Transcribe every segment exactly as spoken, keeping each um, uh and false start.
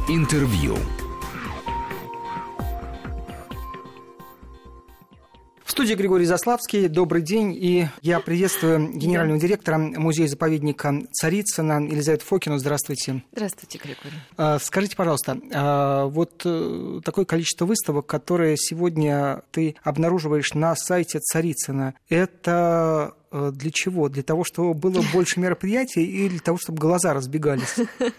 Интервью. В студии Григорий Заславский. Добрый день. И я приветствую генерального директора музея-заповедника Царицына Елизавету Фокину. Здравствуйте. Здравствуйте, Григорий. Скажите, пожалуйста, вот такое количество выставок, которые сегодня ты обнаруживаешь на сайте Царицына, это... Для чего? Для того, чтобы было больше мероприятий или для того, чтобы глаза разбегались?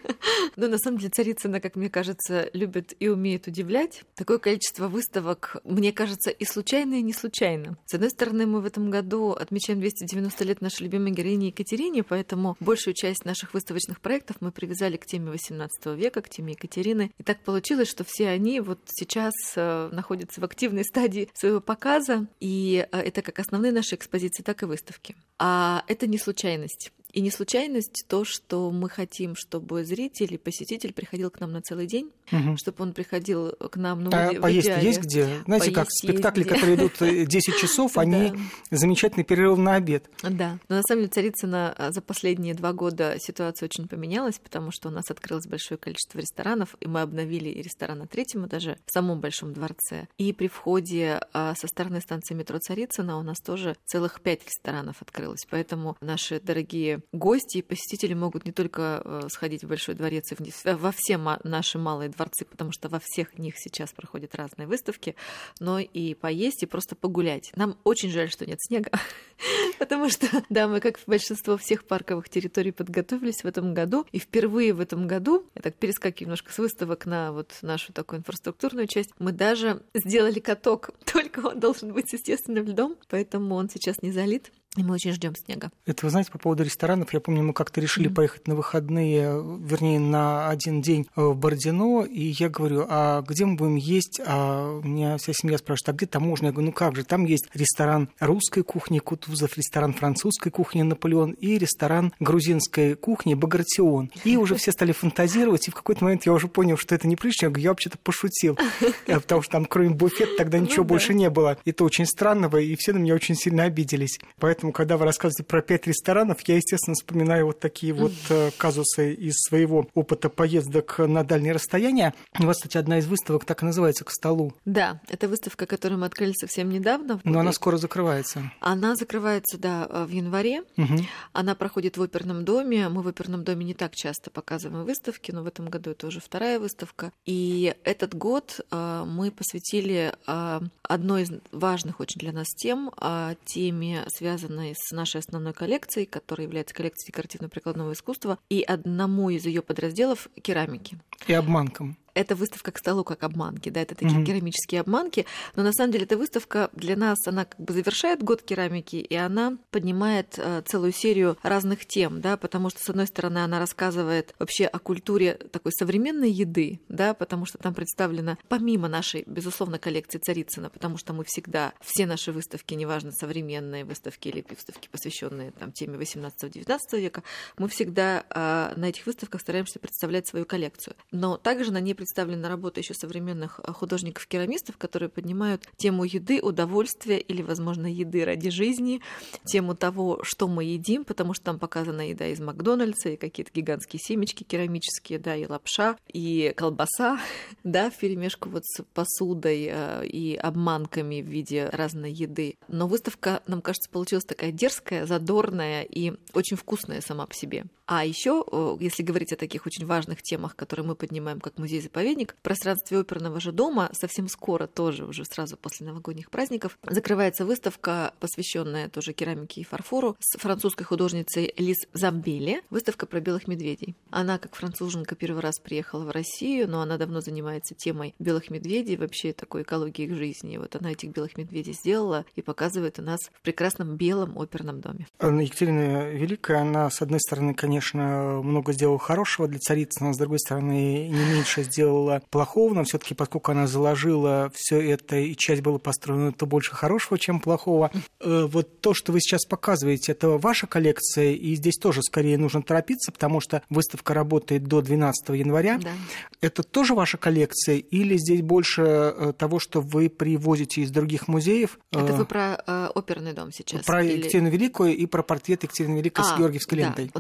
Ну, на самом деле, Царицына, как мне кажется, любит и умеет удивлять. Такое количество выставок, мне кажется, и случайно, и не случайно. С одной стороны, мы в этом году отмечаем двести девяносто лет нашей любимой героини Екатерине, поэтому большую часть наших выставочных проектов мы привязали к теме восемнадцатого века, к теме Екатерины. И так получилось, что все они вот сейчас находятся в активной стадии своего показа, и это как основные наши экспозиции, так и выставки. А это не случайность. И не случайность то, что мы хотим, чтобы зритель и посетитель приходил к нам на целый день, угу. чтобы он приходил к нам ну, а в поесть идеале. Есть где? Знаете, поесть как спектакли, где. которые идут десять часов, они замечательный перерыв на обед. Да, но на самом деле Царицына за последние два года ситуация очень поменялась, потому что у нас открылось большое количество ресторанов, и мы обновили ресторан на третьем этаже в самом Большом дворце. И при входе со стороны станции метро Царицына у нас тоже целых пять ресторанов открылось. Поэтому наши дорогие гости и посетители могут не только сходить в Большой дворец и во все наши малые дворцы, потому что во всех них сейчас проходят разные выставки, но и поесть, и просто погулять. Нам очень жаль, что нет снега, потому что, да, мы, как большинство всех парковых территорий, подготовились в этом году, и впервые в этом году, я так перескакиваю немножко с выставок на вот нашу такую инфраструктурную часть, мы даже сделали каток, только он должен быть, естественно, льдом, поэтому он сейчас не залит. И мы очень ждем снега. Это вы знаете, по поводу ресторанов, я помню, мы как-то решили mm-hmm. поехать на выходные, вернее, на один день в Бородино, и я говорю, а где мы будем есть? А у меня вся семья спрашивает, а где таможня? Я говорю, ну как же, там есть ресторан русской кухни Кутузов, ресторан французской кухни Наполеон и ресторан грузинской кухни Багратион. И уже все стали фантазировать, и в какой-то момент я уже понял, что это не прилично, я говорю, я вообще-то пошутил, потому что там кроме буфета тогда ничего больше не было. Это очень странного, и все на меня очень сильно обиделись. Поэтому когда вы рассказываете про пять ресторанов, я, естественно, вспоминаю вот такие вот э, казусы из своего опыта поездок на дальние расстояния. У вас, кстати, одна из выставок так и называется «К столу». Да, это выставка, которую мы открыли совсем недавно. Но она скоро закрывается. Она закрывается, да, в январе. Угу. Она проходит в Оперном доме. Мы в Оперном доме не так часто показываем выставки, но в этом году это уже вторая выставка. И этот год э, мы посвятили э, одной из важных очень для нас тем, э, теме, связанной с нашей основной коллекцией, которая является коллекцией декоративно-прикладного искусства, и одному из ее подразделов — керамики. И обманкам. Это выставка «К столу» как обманки, да, это такие mm-hmm. керамические обманки, но на самом деле эта выставка для нас, она как бы завершает год керамики, и она поднимает э, целую серию разных тем, да, потому что, с одной стороны, она рассказывает вообще о культуре такой современной еды, да, потому что там представлена, помимо нашей, безусловно, коллекции Царицына, потому что мы всегда, все наши выставки, неважно, современные выставки или выставки, посвященные там теме восемнадцатого-девятнадцатого века, мы всегда э, на этих выставках стараемся представлять свою коллекцию. Но также на ней представлена работа еще современных художников-керамистов, которые поднимают тему еды, удовольствия или, возможно, еды ради жизни, тему того, что мы едим, потому что там показана еда из Макдональдса, и какие-то гигантские семечки керамические, да, и лапша, и колбаса, да, вперемешку вот с посудой и обманками в виде разной еды. Но выставка, нам кажется, получилась такая дерзкая, задорная и очень вкусная сама по себе. А еще, если говорить о таких очень важных темах, которые мы поднимаем как музей-заповедник, в пространстве Оперного же дома совсем скоро, тоже уже сразу после новогодних праздников, закрывается выставка, посвященная тоже керамике и фарфору, с французской художницей Лиз Замбелли. Выставка про белых медведей. Она, как француженка, первый раз приехала в Россию, но она давно занимается темой белых медведей, вообще такой экологии их жизни. И вот она этих белых медведей сделала и показывает у нас в прекрасном белом Оперном доме. Екатерина Великая, она, с одной стороны, конечно, Конечно, много сделала хорошего для Царицына, но, с другой стороны, не меньше сделала плохого, но все-таки, поскольку она заложила все это, и часть была построена, то больше хорошего, чем плохого. Вот то, что вы сейчас показываете, это ваша коллекция, и здесь тоже скорее нужно торопиться, потому что выставка работает до двенадцатого января. Да. Это тоже ваша коллекция, или здесь больше того, что вы привозите из других музеев? Это вы про э, Оперный дом сейчас? Про или... Екатерину Великую и про портрет Екатерины Великой а, с георгиевской да. лентой. У нас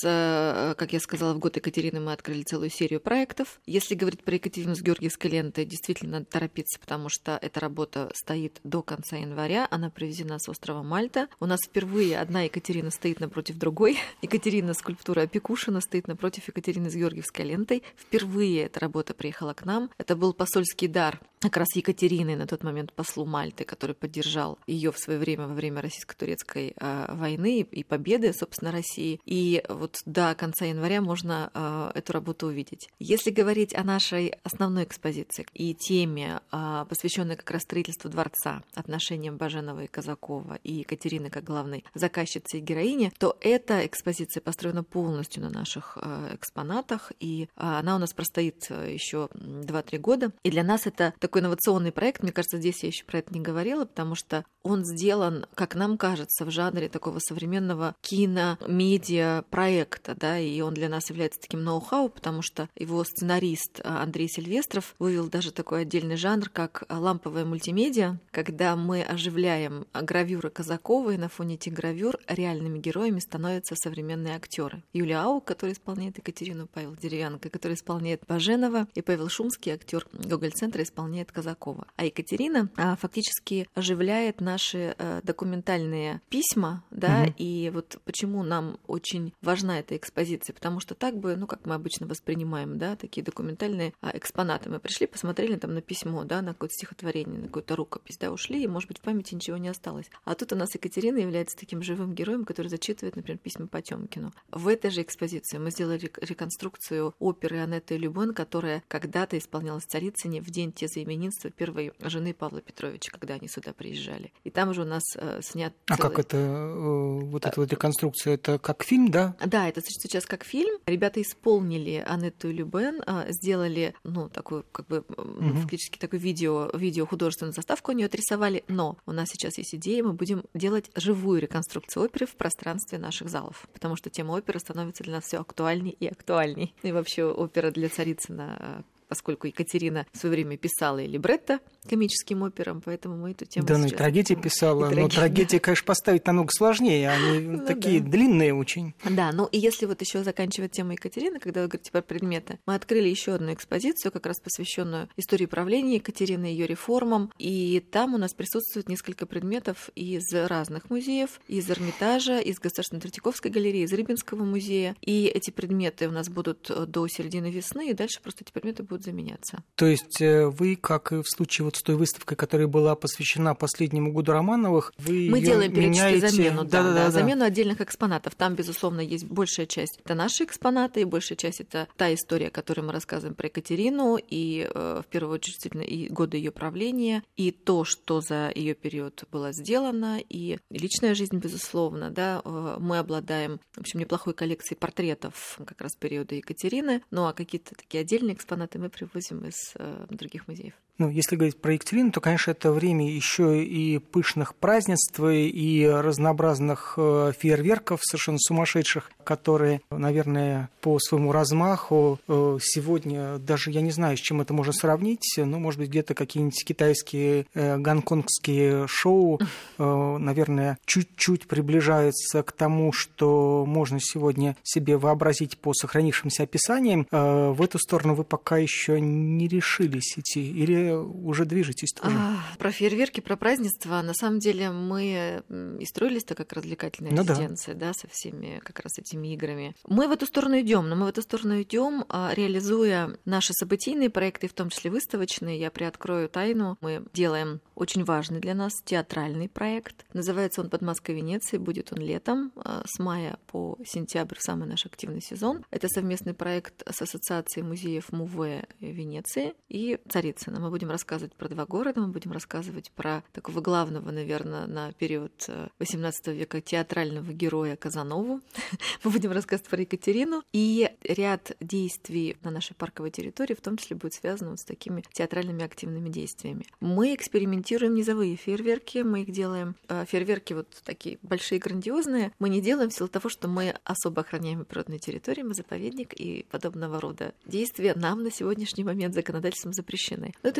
как я сказала, в год Екатерины мы открыли целую серию проектов. Если говорить про Екатерину с Георгиевской лентой, действительно надо торопиться, потому что эта работа стоит до конца января. Она привезена с острова Мальта. У нас впервые одна Екатерина стоит напротив другой. Екатерина скульптура Опекушина стоит напротив Екатерины с Георгиевской лентой. Впервые эта работа приехала к нам. Это был посольский дар как раз Екатерины, на тот момент послу Мальты, который поддержал ее в свое время во время российско-турецкой э, войны и победы, собственно, России. И вот до конца января можно э, эту работу увидеть. Если говорить о нашей основной экспозиции и теме, э, посвященной как раз строительству дворца, отношениям Баженова и Казакова и Екатерины как главной заказчицы и героини, то эта экспозиция построена полностью на наших э, экспонатах, и э, она у нас простоит еще два-три года. И для нас это такой инновационный проект. Мне кажется, здесь я еще про это не говорила, потому что он сделан, как нам кажется, в жанре такого современного кино-медиа проекта, да, и он для нас является таким ноу-хау, потому что его сценарист Андрей Сильвестров вывел даже такой отдельный жанр, как ламповая мультимедиа, когда мы оживляем гравюры Казакова, и на фоне этих гравюр реальными героями становятся современные актеры. Юлия Аук, который исполняет Екатерину, Павел Деревянко, который исполняет Баженова, и Павел Шумский, актер Гоголь-центра, исполняет Казакова. А Екатерина а, фактически оживляет наши а, документальные письма, да, угу. И вот почему нам очень важна эта экспозиция, потому что так бы, ну, как мы обычно воспринимаем, да, такие документальные а, экспонаты. Мы пришли, посмотрели там на письмо, да, на какое-то стихотворение, на какую-то рукопись, да, ушли, и, может быть, в памяти ничего не осталось. А тут у нас Екатерина является таким живым героем, который зачитывает, например, письма Потёмкину. В этой же экспозиции мы сделали реконструкцию оперы Анетты Любен, которая когда-то исполнялась в Царицыне в день тезаименинства первой жены Павла Петровича, когда они сюда приезжали. И там же у нас э, снят А целый... как это, э, вот эта вот реконструкция, это как фильм, да? Да, это сейчас как фильм. Ребята исполнили Анетту Любен, э, сделали, ну, такую, как бы, угу. фактически такую видео, видео художественную заставку у нее отрисовали, но у нас сейчас есть идея, мы будем делать живую реконструкцию оперы в пространстве наших залов, потому что тема оперы становится для нас все актуальней и актуальней. И вообще опера для Царицына, поскольку Екатерина в свое время писала и либретто комическим операм, поэтому мы эту тему Да, сейчас... ну и трагедии писала, и но трагедии, конечно, поставить намного сложнее, они ну, такие да. длинные очень. Да, ну и если вот еще заканчивать тему Екатерины, когда вы говорите про предметы, мы открыли еще одну экспозицию, как раз посвященную истории правления Екатерины, ее реформам, и там у нас присутствует несколько предметов из разных музеев, из Эрмитажа, из Государственной Третьяковской галереи, из Рыбинского музея, и эти предметы у нас будут до середины весны, и дальше просто эти предметы будут заменяться. То есть вы, как и в случае вот с той выставкой, которая была посвящена последнему году Романовых, вы Мы делаем периодически меняете... замену, да, да, да, да, да, замену да. отдельных экспонатов. Там, безусловно, есть большая часть. Это наши экспонаты, и большая часть это та история, которую мы рассказываем про Екатерину, и в первую очередь действительно и годы ее правления, и то, что за ее период было сделано, и личная жизнь, безусловно, да. Мы обладаем, в общем, неплохой коллекцией портретов как раз периода Екатерины, ну а какие-то такие отдельные экспонаты мы привозим из э, других музеев. Ну, если говорить про Екатерину, то, конечно, это время еще и пышных празднеств, и разнообразных фейерверков совершенно сумасшедших, которые, наверное, по своему размаху сегодня, даже я не знаю, с чем это можно сравнить, но, может быть, где-то какие-нибудь китайские, гонконгские шоу, наверное, чуть-чуть приближаются к тому, что можно сегодня себе вообразить по сохранившимся описаниям. В эту сторону вы пока еще не решились идти, или уже движетесь тоже? А, про фейерверки, про празднества. На самом деле мы и строились-то как развлекательная ну резиденция, да. да, со всеми как раз этими играми. Мы в эту сторону идем, но мы в эту сторону идем, реализуя наши событийные проекты, в том числе выставочные. Я приоткрою тайну. Мы делаем очень важный для нас театральный проект. Называется он «Под маской Венеции». Будет он летом, с мая по сентябрь, в самый наш активный сезон. Это совместный проект с Ассоциацией музеев МУВЭ Венеции и Царицына. Мы будем рассказывать про два города, мы будем рассказывать про такого главного, наверное, на период восемнадцатого века театрального героя Казанову. Мы будем рассказывать про Екатерину. И ряд действий на нашей парковой территории в том числе будет связано вот с такими театральными активными действиями. Мы экспериментируем низовые фейерверки, мы их делаем. Фейерверки вот такие большие, грандиозные. Мы не делаем в силу того, что мы особо охраняем природную территорию, мы заповедник, и подобного рода действия нам на сегодняшний момент законодательством запрещены. Но это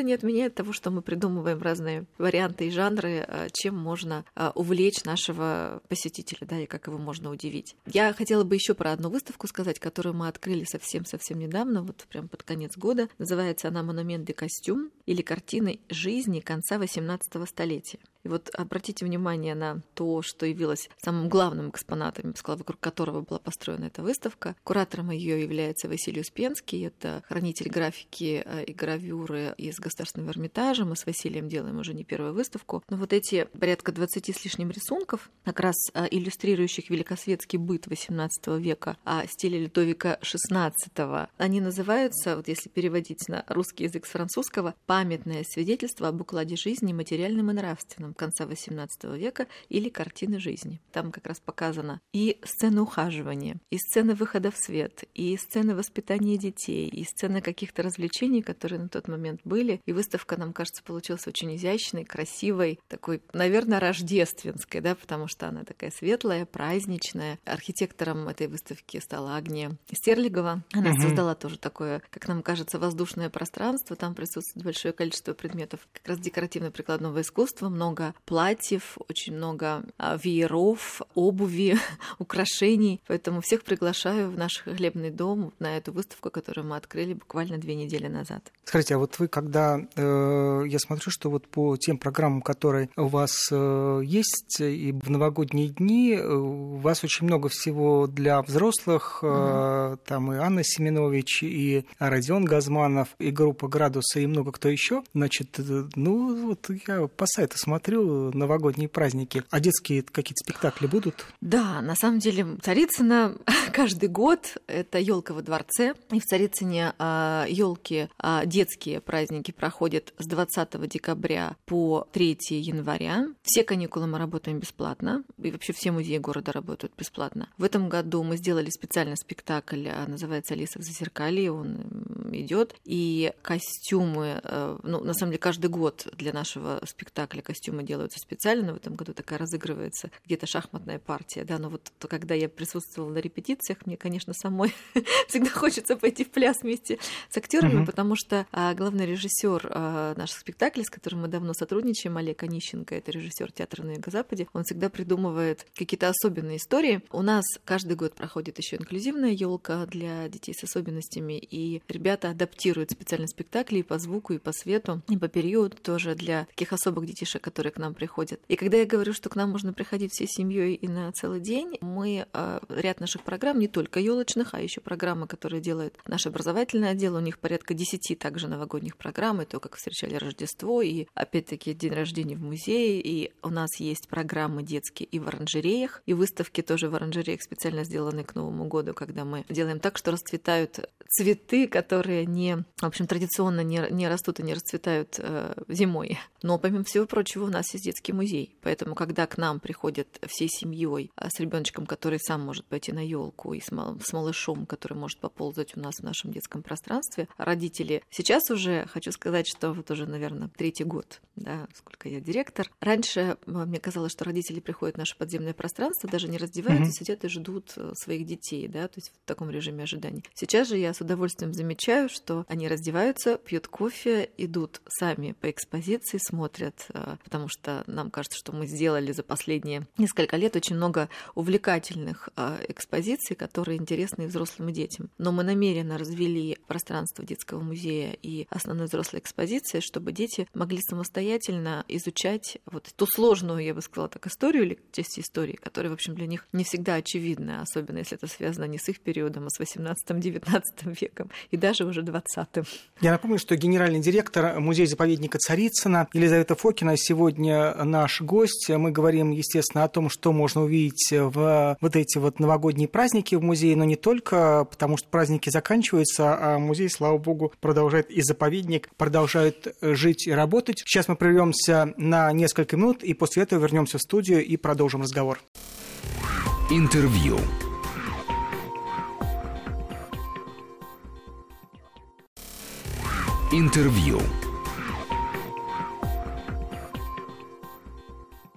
не отменяет того, что мы придумываем разные варианты и жанры, чем можно увлечь нашего посетителя, да, и как его можно удивить. Я хотела бы еще про одну выставку сказать, которую мы открыли совсем-совсем недавно, вот прям под конец года. Называется она «Монумент де костюм» или «Картины жизни конца восемнадцатого столетия». И вот обратите внимание на то, что явилось самым главным экспонатом, вокруг которого была построена эта выставка. Куратором ее является Василий Успенский, это хранитель графики и гравюры из Государственного Эрмитажа. Мы с Василием делаем уже не первую выставку. Но вот эти порядка двадцати с лишним рисунков, как раз иллюстрирующих великосветский быт восемнадцатого века, а стиля Людовика шестнадцатого, они называются, вот если переводить на русский язык с французского, «Памятное свидетельство об укладе жизни материальным и нравственным конца восемнадцатого века» или «Картины жизни». Там как раз показана и сцена ухаживания, и сцена выхода в свет, и сцена воспитания детей, и сцена каких-то развлечений, которые на тот момент были. И выставка, нам кажется, получилась очень изящной, красивой, такой, наверное, рождественской, да, потому что она такая светлая, праздничная. Архитектором этой выставки стала Агния Стерлигова. Она угу. создала тоже такое, как нам кажется, воздушное пространство. Там присутствует большое количество предметов как раз декоративно-прикладного искусства, много платьев, очень много вееров, обуви, украшений. Поэтому всех приглашаю в наш хлебный дом на эту выставку, которую мы открыли буквально две недели назад. Скажите, а вот вы, когда э, я смотрю, что вот по тем программам, которые у вас э, есть, и в новогодние дни э, у вас очень много всего для взрослых, э, mm-hmm. там и Анна Семенович, и Родион Газманов, и группа «Градуса», и много кто еще. Значит, ну вот я по сайту смотрю, новогодние праздники. А детские какие-то спектакли будут? Да, на самом деле Царицыно каждый год это елка во дворце. И в Царицыне елки, детские праздники проходят с двадцатого декабря по третьего января. Все каникулы мы работаем бесплатно. И вообще все музеи города работают бесплатно. В этом году мы сделали специальный спектакль, называется «Алиса в зазеркалье». Он идет. И костюмы, ну, на самом деле, каждый год для нашего спектакля костюмы делаются специально. В этом году такая разыгрывается где-то шахматная партия. Да, но вот то, когда я присутствовала на репетициях, мне, конечно, самой всегда хочется пойти в пляс вместе с актерами, uh-huh. потому что а, главный режиссер а, наших спектаклей, с которым мы давно сотрудничаем, Олег Онищенко, это режиссер театра на Юго-Западе, он всегда придумывает какие-то особенные истории. У нас каждый год проходит еще инклюзивная елка для детей с особенностями, и ребята адаптируют специальные спектакли и по звуку, и по свету, и по периоду тоже для таких особых детишек, которые к нам приходят. И когда я говорю, что к нам можно приходить всей семьей и на целый день, мы а, ряд наших программ, не только елочных, а еще программы, которые делает наш образовательный отдел, у них порядка десяти также новогодних программ, и то, как встречали Рождество, и опять-таки день рождения в музее, и у нас есть программы детские и в оранжереях, и выставки тоже в оранжереях специально сделаны к Новому году, когда мы делаем так, что расцветают цветы, которые не, в общем, традиционно не, не растут и не расцветают э, зимой. Но, помимо всего прочего, у нас есть детский музей, поэтому, когда к нам приходят всей семьей с ребеночком, который сам может пойти на елку, и с, мал- с малышом, который может поползать у нас в нашем детском пространстве, родители сейчас уже, хочу сказать, что вот уже, наверное, третий год, да, сколько я директор. Раньше мне казалось, что родители приходят в наше подземное пространство, даже не раздеваются, mm-hmm. сидят и ждут своих детей, да, то есть в таком режиме ожидания. Сейчас же я с удовольствием замечаю, что они раздеваются, пьют кофе, идут сами по экспозиции, смотрят, потому что нам кажется, что мы сделали за последние несколько лет очень много увлекательных экспозиций, которые интересны и взрослым, и детям. Но мы намеренно развели пространство детского музея и основной взрослой экспозиции, чтобы дети могли самостоятельно изучать вот ту сложную, я бы сказала так, историю или часть истории, которая, в общем, для них не всегда очевидна, особенно если это связано не с их периодом, а с восемнадцатым-девятнадцатым веком и даже уже двадцатым. Я напомню, что генеральный директор музея-заповедника Царицыно Елизавета Фокина сегодня наш гость. Мы говорим, естественно, о том, что можно увидеть в вот эти вот новогодние праздники в музее, но не только, потому что праздники заканчиваются, а музей, слава богу, продолжает, и заповедник продолжает жить и работать. Сейчас мы прервемся на несколько минут, и после этого вернемся в студию и продолжим разговор. Интервью. Интервью.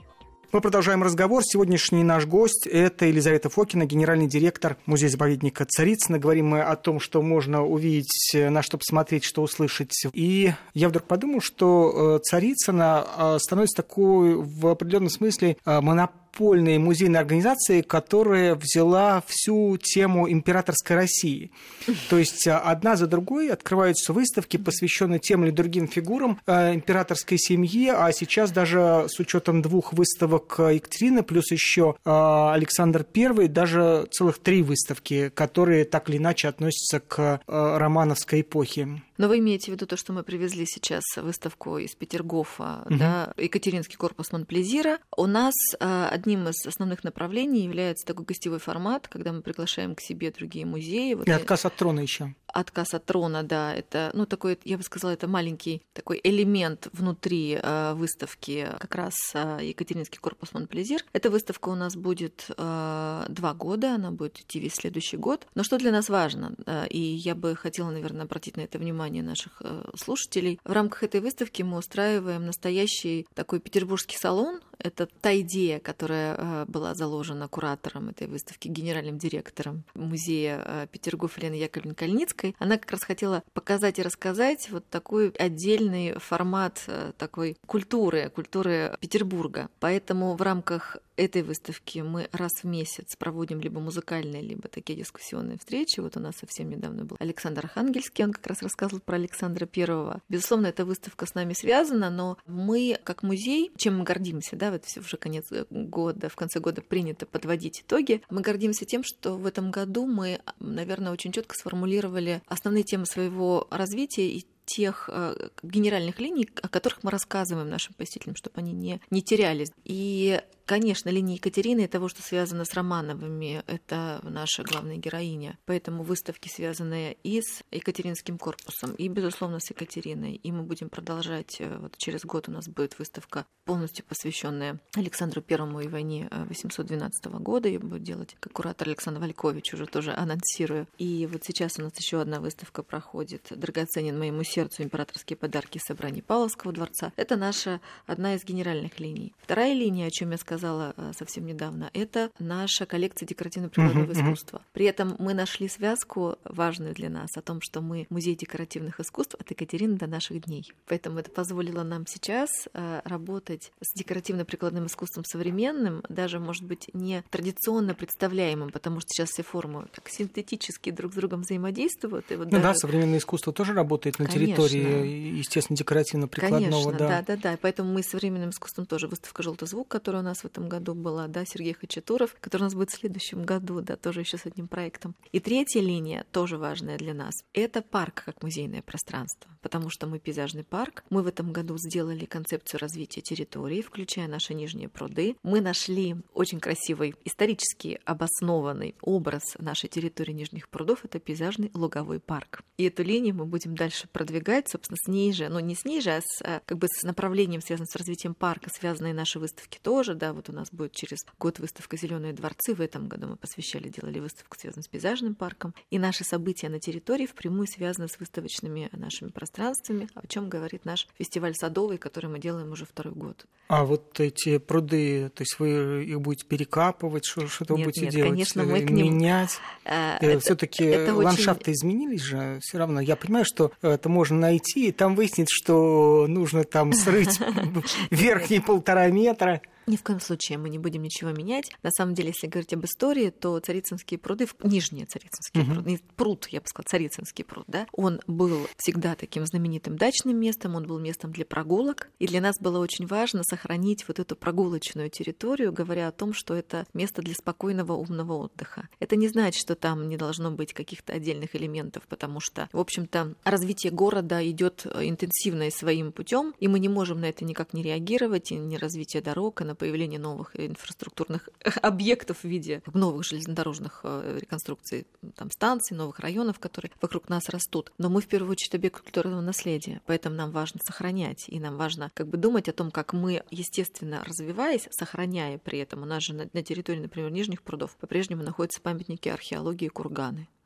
Мы продолжаем разговор. Сегодняшний наш гость – это Елизавета Фокина, генеральный директор музея-заповедника Царицына. Говорим мы о том, что можно увидеть, на что посмотреть, что услышать. И я вдруг подумал, что Царицына становится такой в определенном смысле монопольной музейной организации, которая взяла всю тему императорской России. То есть одна за другой открываются выставки, посвященные тем или другим фигурам императорской семьи, а сейчас даже с учетом двух выставок Екатерины, плюс еще Александр Первый, даже целых три выставки, которые так или иначе относятся к романовской эпохе. Но вы имеете в виду то, что мы привезли сейчас выставку из Петергофа, угу. да, Екатеринский корпус Монплезира. У нас одним из основных направлений является такой гостевой формат, когда мы приглашаем к себе другие музеи. Вот и отказ от трона еще. Отказ от трона, да, это, ну, такой, я бы сказала, это маленький такой элемент внутри э, выставки, как раз э, Екатеринский корпус Монплезир. Эта выставка у нас будет э, два года, она будет идти весь следующий год. Но что для нас важно, э, и я бы хотела, наверное, обратить на это внимание наших э, слушателей, в рамках этой выставки мы устраиваем настоящий такой петербургский салон. Это та идея, которая э, была заложена куратором этой выставки, генеральным директором музея э, Петергоф Еленой Яковлевной Кальницкой. Она как раз хотела показать и рассказать вот такой отдельный формат такой культуры, культуры Петербурга. Поэтому в рамках этой выставки мы раз в месяц проводим либо музыкальные, либо такие дискуссионные встречи. Вот у нас совсем недавно был Александр Архангельский, он как раз рассказывал про Александра Первого. Безусловно, эта выставка с нами связана, но мы, как музей, чем мы гордимся, да, вот все уже конец года, в конце года принято подводить итоги, мы гордимся тем, что в этом году мы, наверное, очень четко сформулировали основные темы своего развития и тех э, генеральных линий, о которых мы рассказываем нашим посетителям, чтобы они не, не терялись. И, конечно, линия Екатерины и того, что связано с Романовыми, это наша главная героиня. Поэтому выставки, связанные и с Екатеринским корпусом, и, безусловно, с Екатериной. И мы будем продолжать. Вот через год у нас будет выставка, полностью посвященная Александру Первому и войне восемьсот двенадцатого года. Ее будет делать как куратор Александр Валькович, уже тоже анонсирую. И вот сейчас у нас еще одна выставка проходит «Драгоценен моему сердцу. Императорские подарки собраний Павловского дворца». Это наша одна из генеральных линий. Вторая линия, о чем я сказала совсем недавно, это наша коллекция декоративно-прикладного uh-huh, искусства. Uh-huh. При этом мы нашли связку важную для нас о том, что мы музей декоративных искусств от Екатерины до наших дней. Поэтому это позволило нам сейчас работать с декоративно-прикладным искусством современным, даже, может быть, не традиционно представляемым, потому что сейчас все формы как синтетически друг с другом взаимодействуют. И вот ну даже... да, современное искусство тоже работает на территории территории, естественно, декоративно-прикладного. Конечно, да. да, да, да. Поэтому мы с современным искусством тоже. Выставка «Желтый звук», которая у нас в этом году была, да, Сергей Хачатуров, который у нас будет в следующем году, да, тоже еще с одним проектом. И третья линия, тоже важная для нас, это парк как музейное пространство, потому что мы пейзажный парк. Мы в этом году сделали концепцию развития территории, включая наши нижние пруды. Мы нашли очень красивый, исторически обоснованный образ нашей территории нижних прудов, это пейзажный луговой парк. И эту линию мы будем дальше продвигать, собственно, с ней же, ну не с ней же, а с, как бы с направлением, связанным с развитием парка, связанные наши выставки тоже, да, вот у нас будет через год выставка «Зеленые дворцы», в этом году мы посвящали, делали выставку, связанную с пейзажным парком, и наши события на территории впрямую связаны с выставочными нашими пространствами, о чем говорит наш фестиваль садовый, который мы делаем уже второй год. А вот эти пруды, то есть вы их будете перекапывать, что, что вы будете нет, делать? Конечно, мы к ним... Менять? Это, все-таки это ландшафты очень... изменились же все равно. Я понимаю, что это можно найти, и там выяснить, что нужно там срыть верхние полтора метра. Ни в коем случае мы не будем ничего менять. На самом деле, если говорить об истории, то Царицынские пруды, нижние Царицынские uh-huh. пруды, пруд, я бы сказала, Царицынский пруд, да, он был всегда таким знаменитым дачным местом, он был местом для прогулок, и для нас было очень важно сохранить вот эту прогулочную территорию, говоря о том, что это место для спокойного умного отдыха. Это не значит, что там не должно быть каких-то отдельных элементов, потому что, в общем-то, развитие города идет интенсивно и своим путем, и мы не можем на это никак не реагировать, и не развитие дорог, и на появление новых инфраструктурных объектов в виде новых железнодорожных реконструкций, там, станций, новых районов, которые вокруг нас растут. Но мы в первую очередь объект культурного наследия, поэтому нам важно сохранять, и нам важно как бы думать о том, как мы, естественно, развиваясь, сохраняя при этом. У нас же на, на территории, например, Нижних прудов по-прежнему находятся памятники археологии, курганы.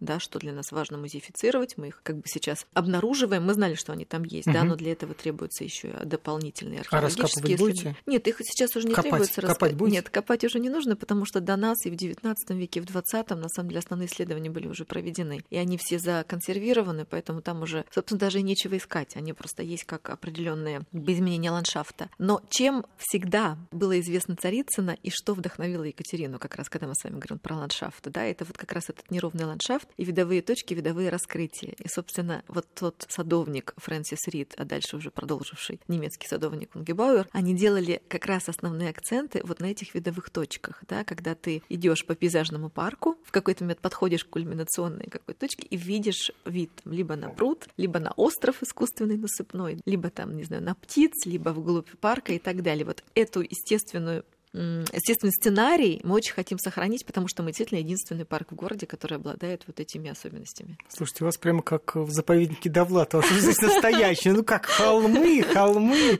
да, что для нас важно музеифицировать, мы их как бы сейчас обнаруживаем, мы знали, что они там есть, угу. да, но для этого требуются еще дополнительные археологические а исследования. Нет, их сейчас уже не копать, требуется копать будете? Нет, копать уже не нужно, потому что до нас и в девятнадцатом веке, и в двадцатом, на самом деле, основные исследования были уже проведены, и они все законсервированы, поэтому там уже, собственно, даже и нечего искать, они просто есть как определенные изменения ландшафта. Но чем всегда было известно Царицыно и что вдохновило Екатерину, как раз когда мы с вами говорим про ландшафт, да, это вот как раз этот неровный ландшафт и видовые точки, видовые раскрытия. И, собственно, вот тот садовник Фрэнсис Рид, а дальше уже продолживший немецкий садовник Унгебауэр, они делали как раз основные акценты вот на этих видовых точках, да, когда ты идешь по пейзажному парку, в какой-то момент подходишь к кульминационной какой-то точке и видишь вид либо на пруд, либо на остров искусственный насыпной, либо там, не знаю, на птиц, либо вглубь парка и так далее. Вот эту естественную Естественный сценарий мы очень хотим сохранить, потому что мы действительно единственный парк в городе, который обладает вот этими особенностями. Слушайте, у вас прямо как в заповеднике Довлатова, что здесь настоящее, ну как холмы, холмы.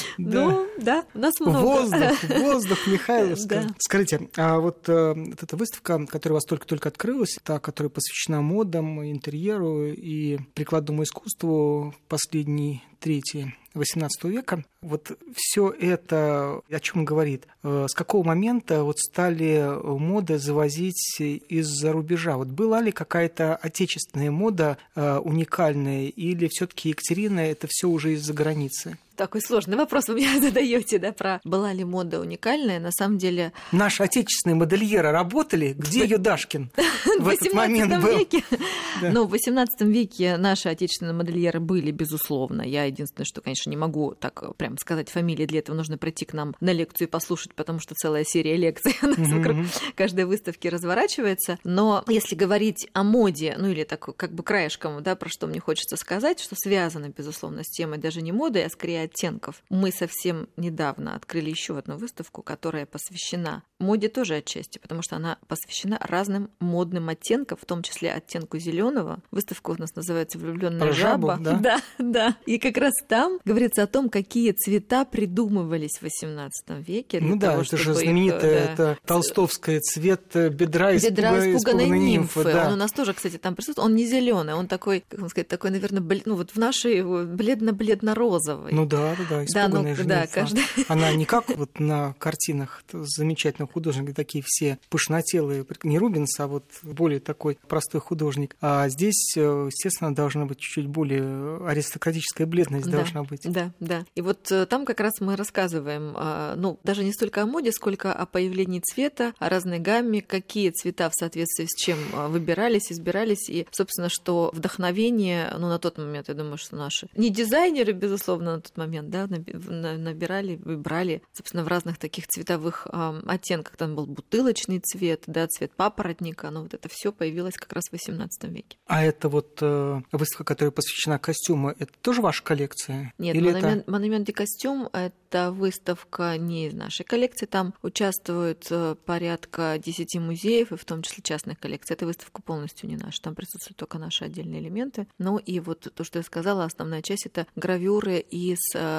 Ну, да, у нас много. Воздух, воздух, Михайловская. Скажите, а вот эта выставка, которая у вас только-только открылась, та, которая посвящена модам, интерьеру и прикладному искусству последней трети восемнадцатого века, вот все это о чем говорит? С какого момента вот стали моды завозить из-за рубежа? Вот была ли какая-то отечественная мода уникальная, или все-таки Екатерина это все уже из-за границы? Такой сложный вопрос вы мне задаете, да, про была ли мода уникальная. На самом деле... Наши отечественные модельеры работали? Где Юдашкин в этот момент был? Ну, в восемнадцатом веке наши отечественные модельеры были, безусловно. Я единственное, что, конечно, не могу так прям сказать фамилии. Для этого нужно прийти к нам на лекцию и послушать, потому что целая серия лекций у нас вокруг каждой выставки разворачивается. Но если говорить о моде, ну или так как бы краешком, да, про что мне хочется сказать, что связано, безусловно, с темой даже не моды, а скорее оттенков. Мы совсем недавно открыли еще одну выставку, которая посвящена моде тоже отчасти, потому что она посвящена разным модным оттенкам, в том числе оттенку зеленого. Выставка у нас называется «Влюбленная жаба». Да? да, да. И как раз там говорится о том, какие цвета придумывались в восемнадцатом веке. Ну да, того, это же их, знаменитый да, это толстовский цвет бедра, бедра испуганной, испуганной нимфы. нимфы да. Он у нас тоже, кстати, там присутствует. Он не зеленый, он такой, как вам сказать, такой, наверное, бл... ну вот в нашей бледно-бледно-розовый. Ну да, да, да, испуганная да, ну, да, каждый... Она не как вот на картинах замечательных художников, такие все пышнотелые, не Рубенс, а вот более такой простой художник. А здесь, естественно, должна быть чуть-чуть более аристократическая бледность да, должна быть. Да, да. И вот там как раз мы рассказываем, ну, даже не столько о моде, сколько о появлении цвета, о разной гамме, какие цвета в соответствии с чем выбирались, избирались, и, собственно, что вдохновение, ну, на тот момент, я думаю, что наши не дизайнеры, безусловно, на тот момент, да, набирали, выбрали, собственно, в разных таких цветовых э, оттенках. Там был бутылочный цвет, да, цвет папоротника, но вот это все появилось как раз в восемнадцатом веке. А это вот э, выставка, которая посвящена костюму, это тоже ваша коллекция? Нет, Или монумент, это... монумент и костюм — это выставка не из нашей коллекции. Там участвуют порядка десяти музеев, и в том числе частных коллекций. Эта выставка полностью не наша. Там присутствуют только наши отдельные элементы. Ну и вот то, что я сказала, основная часть — это гравюры из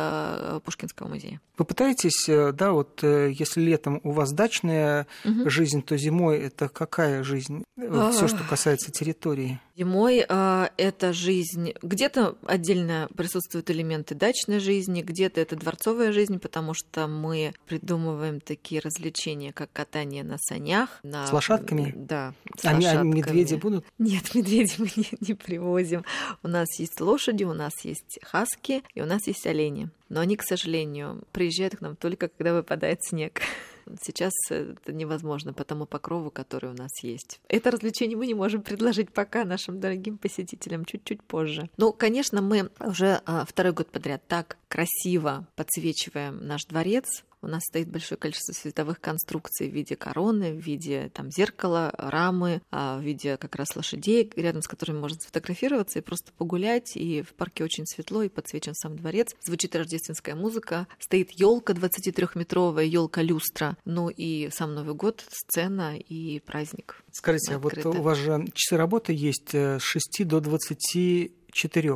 э, Пушкинского музея. Вы пытаетесь, да, вот если летом у вас дачная угу. жизнь, то зимой это какая жизнь? Все, что касается территории. Зимой э, это жизнь. Где-то отдельно присутствуют элементы дачной жизни, где-то это дворцовая жизнь, потому что мы придумываем такие развлечения, как катание на санях. На... С лошадками? Да. С а лошадками. Медведи будут? Нет, медведей мы не, не привозим. У нас есть лошади, у нас есть хаски, и у нас есть олени. Но они, к сожалению, приезжают к нам только когда выпадает снег. Сейчас это невозможно по тому покрову, который у нас есть. Это развлечение мы не можем предложить пока нашим дорогим посетителям, чуть-чуть позже. Ну, конечно, мы уже а, второй год подряд так красиво подсвечиваем наш дворец. У нас стоит большое количество световых конструкций в виде короны, в виде там, зеркала, рамы, в виде как раз лошадей, рядом с которыми можно сфотографироваться и просто погулять. И в парке очень светло, и подсвечен сам дворец. Звучит рождественская музыка, стоит елка двадцатитрёхметровая, елка люстра. Ну и сам Новый год, сцена и праздник. Скажите, а вот у вас же часы работы есть с шести до двадцати четырёх.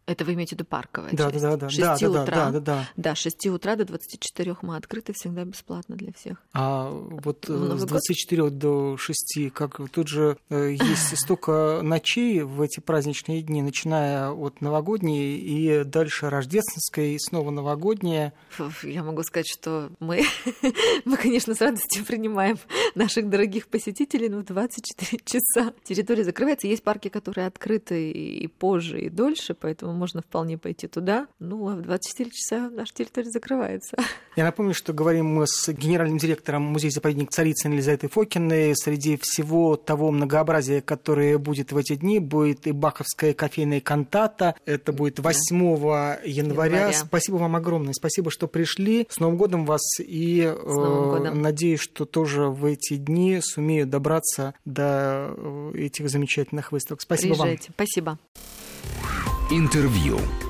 Это вы имеете в виду парковая да, часть? Да, да, с шести да, утра. Да, да, да. Да, с шести утра до двадцати четырёх мы открыты всегда бесплатно для всех. А вот Новый с год? двадцати четырёх до шести, как тут же э, есть столько ночей в эти праздничные дни, начиная от новогодней и дальше рождественской, и снова новогодняя. Я могу сказать, что мы, мы, конечно, с радостью принимаем наших дорогих посетителей, но в двадцать четыре часа территория закрывается. Есть парки, которые открыты и позже, и дольше, поэтому можно вполне пойти туда. Ну, а в двадцать четыре часа наша территория закрывается. Я напомню, что говорим мы с генеральным директором музея-заповедник Царицыной Елизаветой Фокиной. Среди всего того многообразия, которое будет в эти дни, будет и баховская кофейная кантата. Это будет восьмого января. января. Спасибо вам огромное. Спасибо, что пришли. С Новым годом вас. И С Новым годом. э, надеюсь, что тоже в эти дни сумею добраться до этих замечательных выставок. Спасибо Приезжайте. вам. Спасибо. Интервью.